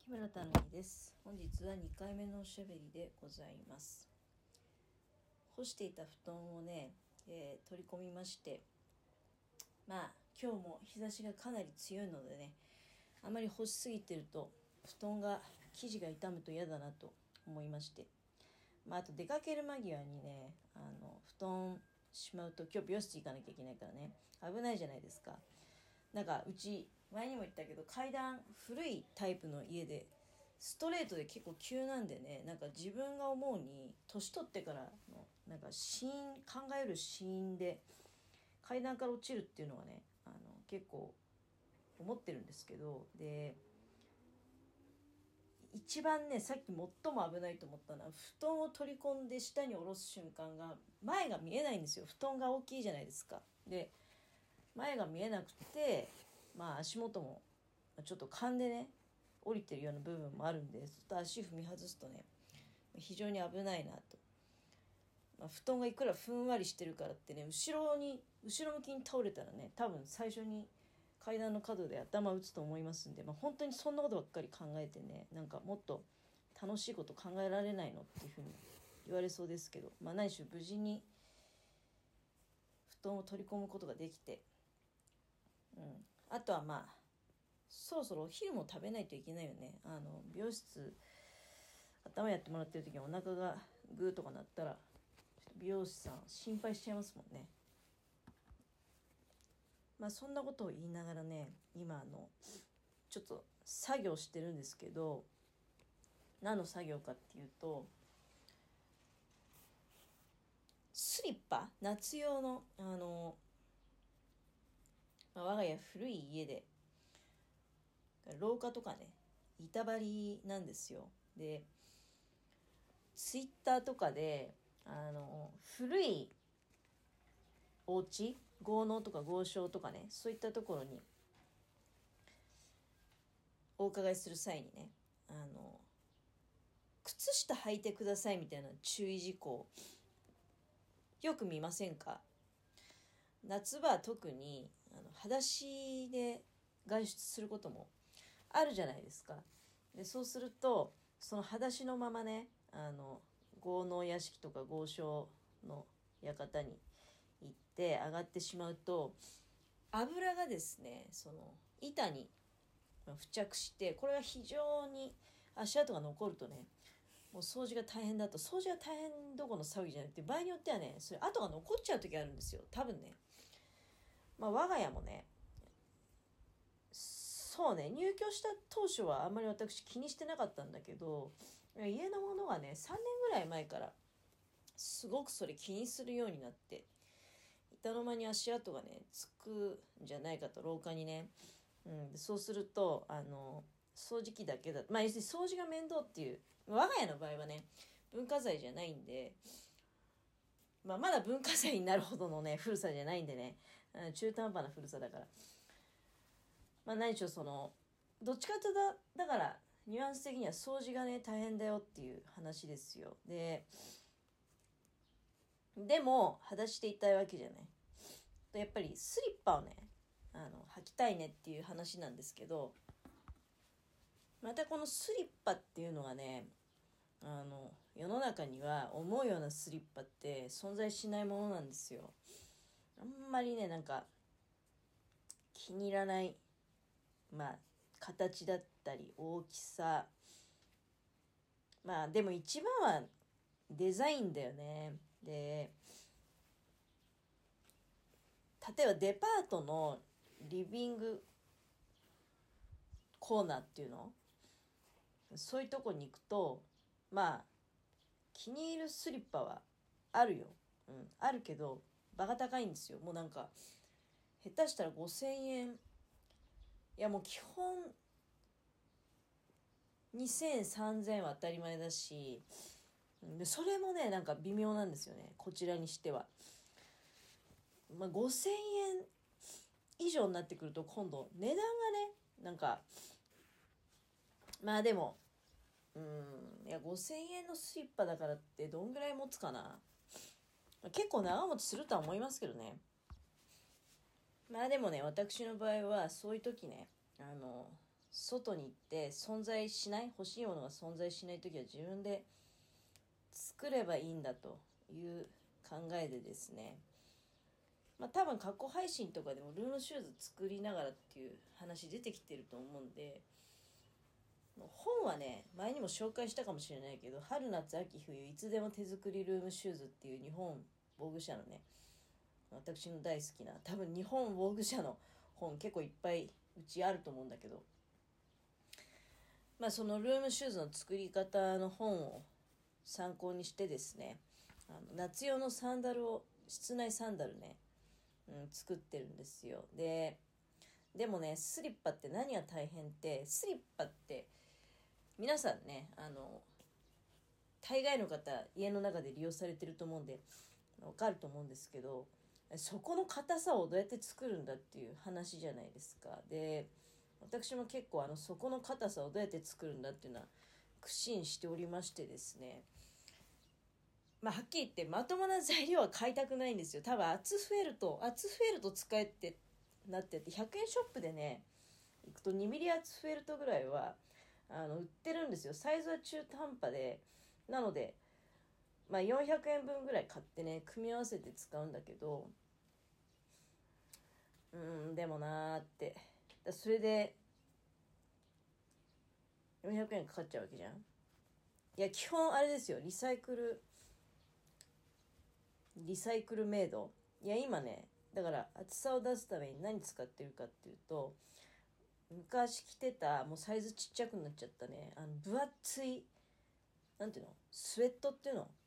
木村たぬきです。本日は2回目のおしゃべりでございます。干していた布団をね、取り込みまして、今日も日差しがかなり強いのでね、あまり干しすぎてると布団が生地が傷むと嫌だなと思いまして、あと出かける間際にね、布団しまうと今日美容室行かなきゃいけないからね、危ないじゃないですか。うち前にも言ったけど階段古いタイプの家でストレートで結構急なんでね、自分が思うに年取ってからの死因考えるシーンで階段から落ちるっていうのはね、結構思ってるんですけど、で一番ね、さっき最も危ないと思ったのは布団を取り込んで下に下ろす瞬間が前が見えないんですよ。布団が大きいじゃないですか。で前が見えなくて、足元もちょっと勘でね降りてるような部分もあるんで、ちょっと足踏み外すとね非常に危ないなと。布団がいくらふんわりしてるからってね、後ろ向きに倒れたらね、多分最初に階段の角で頭打つと思いますんで、本当にそんなことばっかり考えてね、もっと楽しいこと考えられないのっていうふうに言われそうですけど、何しろ無事に布団を取り込むことができて、あとはそろそろお昼も食べないといけないよね。美容室頭やってもらってる時にお腹がグーとかなったらちょっと美容師さん心配しちゃいますもんね。そんなことを言いながらね、今ちょっと作業してるんですけど、何の作業かっていうと、スリッパ、夏用の我が家古い家で廊下とかね板張りなんですよ。でツイッターとかで古いお家、豪農とか豪商とかね、そういったところにお伺いする際にね、靴下履いてくださいみたいな注意事項よく見ませんか？夏場は特に裸足で外出することもあるじゃないですか。でそうするとその裸足のままね、豪農屋敷とか豪商の館に行って上がってしまうと、油がですねその板に付着して、これが非常に足跡が残るとね、もう掃除が大変だと、掃除が大変どころの騒ぎじゃなくて、場合によってはねそれ跡が残っちゃう時あるんですよ、多分ね。我が家もね、そうね、入居した当初はあんまり私気にしてなかったんだけど、家のものがね3年ぐらい前からすごくそれ気にするようになって、いたの間に足跡がねつくんじゃないかと、廊下にね。そうすると掃除機だけだ、要するに掃除が面倒っていう、我が家の場合はね文化財じゃないんで、まだ文化財になるほどのね古さじゃないんでね、中途半端な古さだから、何しろどっちかというとだからニュアンス的には掃除がね大変だよっていう話ですよ。でも裸足でいたいわけじゃない。やっぱりスリッパをね履きたいねっていう話なんですけど、またこのスリッパっていうのがね、世の中には思うようなスリッパって存在しないものなんですよ。あんまりね気に入らない、形だったり大きさ、でも一番はデザインだよね。で例えばデパートのリビングコーナーっていうの、そういうとこに行くと気に入るスリッパはあるよ、あるけどバカ高いんですよ。もう下手したら5000円、いやもう基本2000円3000円は当たり前だし、でそれもね微妙なんですよね、こちらにしては。5000円以上になってくると今度値段がねでもいや5000円のスリッパだからってどんぐらい持つかな。結構長持ちするとは思いますけどね。でもね、私の場合はそういう時ね外に行って存在しない、欲しいものが存在しない時は自分で作ればいいんだという考えでですね、まあ多分過去配信とかでもルームシューズ作りながらっていう話出てきてると思うんで、本はね前にも紹介したかもしれないけど、春夏秋冬いつでも手作りルームシューズっていう日本防具社のね、私の大好きな、多分日本防具社の本結構いっぱいうちあると思うんだけど、まあそのルームシューズの作り方の本を参考にしてですね、夏用のサンダルを、室内サンダルね、作ってるんですよ。でもね、スリッパって何が大変って、スリッパって皆さんね、大概の方家の中で利用されてると思うんでわかると思うんですけど、そこの硬さをどうやって作るんだっていう話じゃないですか。で、私も結構そこの硬さをどうやって作るんだっていうのは苦心しておりましてですね、まあはっきり言ってまともな材料は買いたくないんですよ。多分厚フェルト使えってなってて、100円ショップでね行くと2ミリ厚フェルトぐらいは売ってるんですよ。サイズは中途半端で、なのでまあ400円分ぐらい買ってね組み合わせて使うんだけど、でもなーって、それで400円かかっちゃうわけじゃん。いや基本あれですよ、リサイクルメイド。いや今ね、だから厚さを出すために何使ってるかっていうと、昔着てたもうサイズちっちゃくなっちゃったね、分厚い、なんていうの、スウェットっていうの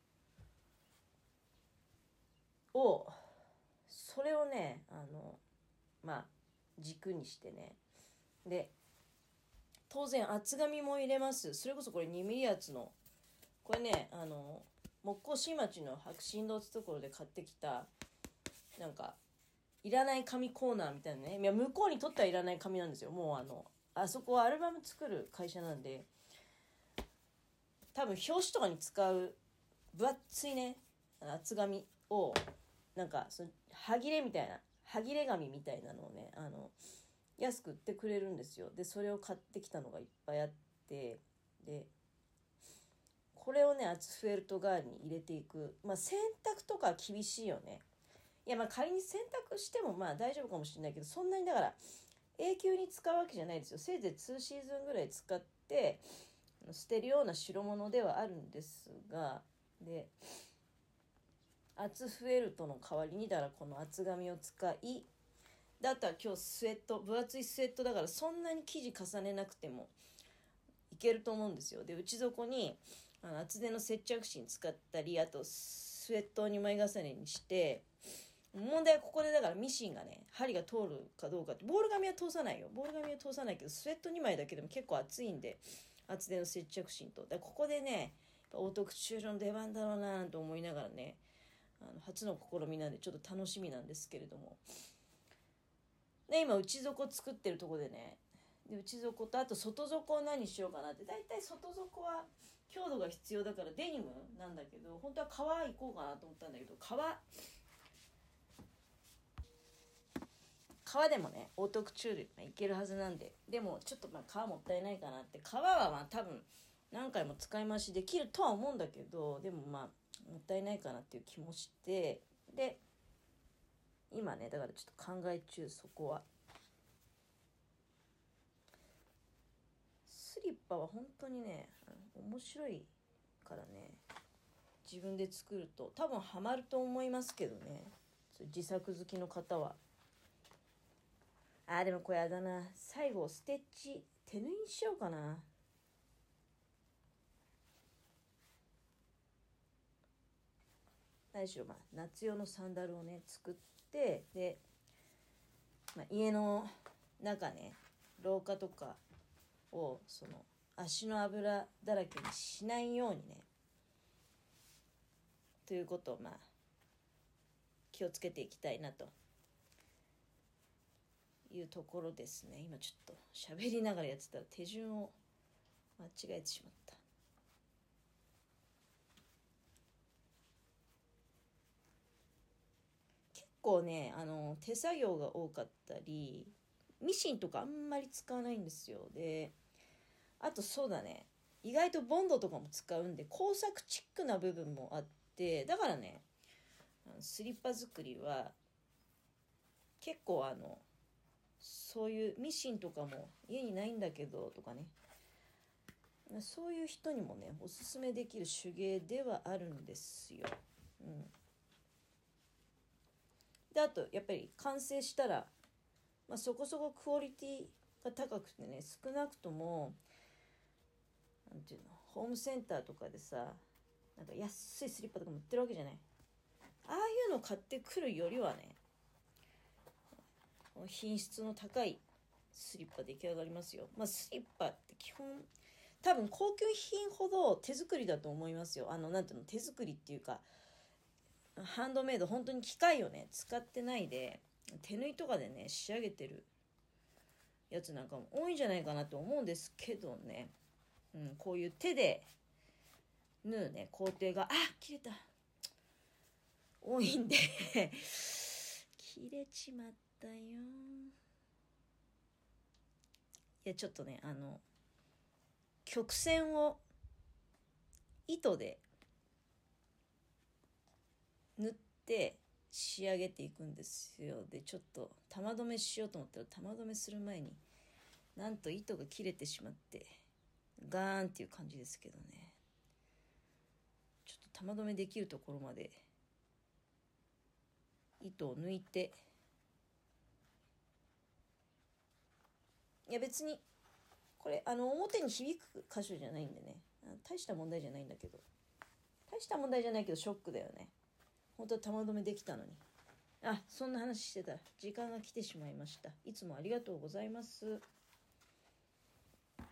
を、それをねまあ軸にしてね、で当然厚紙も入れます。それこそこれ2ミリ厚の、これね木工新町の白新堂ってところで買ってきた、なんかいらない紙コーナーみたいなね、いや向こうにとってはいらない紙なんですよ。もうあそこはアルバム作る会社なんで、多分表紙とかに使う分厚いね厚紙を、なんかその歯切れみたいな、歯切れ紙みたいなのをね安く売ってくれるんですよ。でそれを買ってきたのがいっぱいあって、でこれをね厚フェルト代わりに入れていく。まあ洗濯とか厳しいよね。いやまあ仮に洗濯してもまあ大丈夫かもしれないけど、そんなにだから永久に使うわけじゃないですよ。せいぜい2シーズンぐらい使って捨てるような代物ではあるんですが、で厚フェルトの代わりにだからこの厚紙を使い、だったら今日スウェット、分厚いスウェットだからそんなに生地重ねなくてもいけると思うんですよ。で内底に厚手の接着芯使ったり、あとスウェットを2枚重ねにして、問題はここでだからミシンがね針が通るかどうかって、ボール紙は通さないよ、ボール紙は通さないけどスウェット2枚だけでも結構厚いんで、厚手の接着芯と、ここでねオートクチュールの出番だろうなと思いながらね、初の試みなんでちょっと楽しみなんですけれども、で今内底作ってるとこでね、で内底とあと外底を何しようかなって、だいたい外底は強度が必要だからデニムなんだけど、本当は革行こうかなと思ったんだけど、革でもねオートクチュールいけるはずなんで、でもちょっとまあ革もったいないかなって、革はまあ多分何回も使い回しできるとは思うんだけど、でもまあもったいないかなっていう気もして、で今ねだからちょっと考え中、そこはスリッパは本当にね面白いからね、自分で作ると多分ハマると思いますけどね、自作好きの方は。でもこれあだな、最後ステッチ手縫いにしようかな。何しろまあ夏用のサンダルをね作って、で、家の中ね廊下とかをその足の油だらけにしないようにね、ということをまあ気をつけていきたいなというところですね。今ちょっと喋りながらやってたら手順を間違えてしまった。結構ね手作業が多かったり、 ミシンとかあんまり使わないんですよ。で、あとそうだね、意外とボンドとかも使うんで工作チックな部分もあって、だからね、スリッパ作りは結構そういうミシンとかも家にないんだけどとかね、そういう人にもねおすすめできる手芸ではあるんですよ。うん、であとやっぱり完成したら、そこそこクオリティが高くてね、少なくともなんていうの、ホームセンターとかでさ、なんか安いスリッパとかも売ってるわけじゃない。ああいうの買ってくるよりはね、品質の高いスリッパ出来上がりますよ。スリッパって基本多分高級品ほど手作りだと思いますよ。なんていうの、手作りっていうかハンドメイド、本当に機械をね使ってないで手縫いとかでね仕上げてるやつなんかも多いんじゃないかなと思うんですけどね。こういう手で縫うね工程が切れた多いんで切れちまったよ。いやちょっとね、曲線を糸で縫って仕上げていくんですよ。でちょっと玉留めしようと思ったら、玉留めする前になんと糸が切れてしまってガーンっていう感じですけどね。ちょっと玉留めできるところまで糸を抜いて、いや別にこれ表に響く箇所じゃないんでね、大した問題じゃないんだけど、大した問題じゃないけどショックだよね。本当は玉留めできたのに。そんな話してた。時間が来てしまいました。いつもありがとうございます。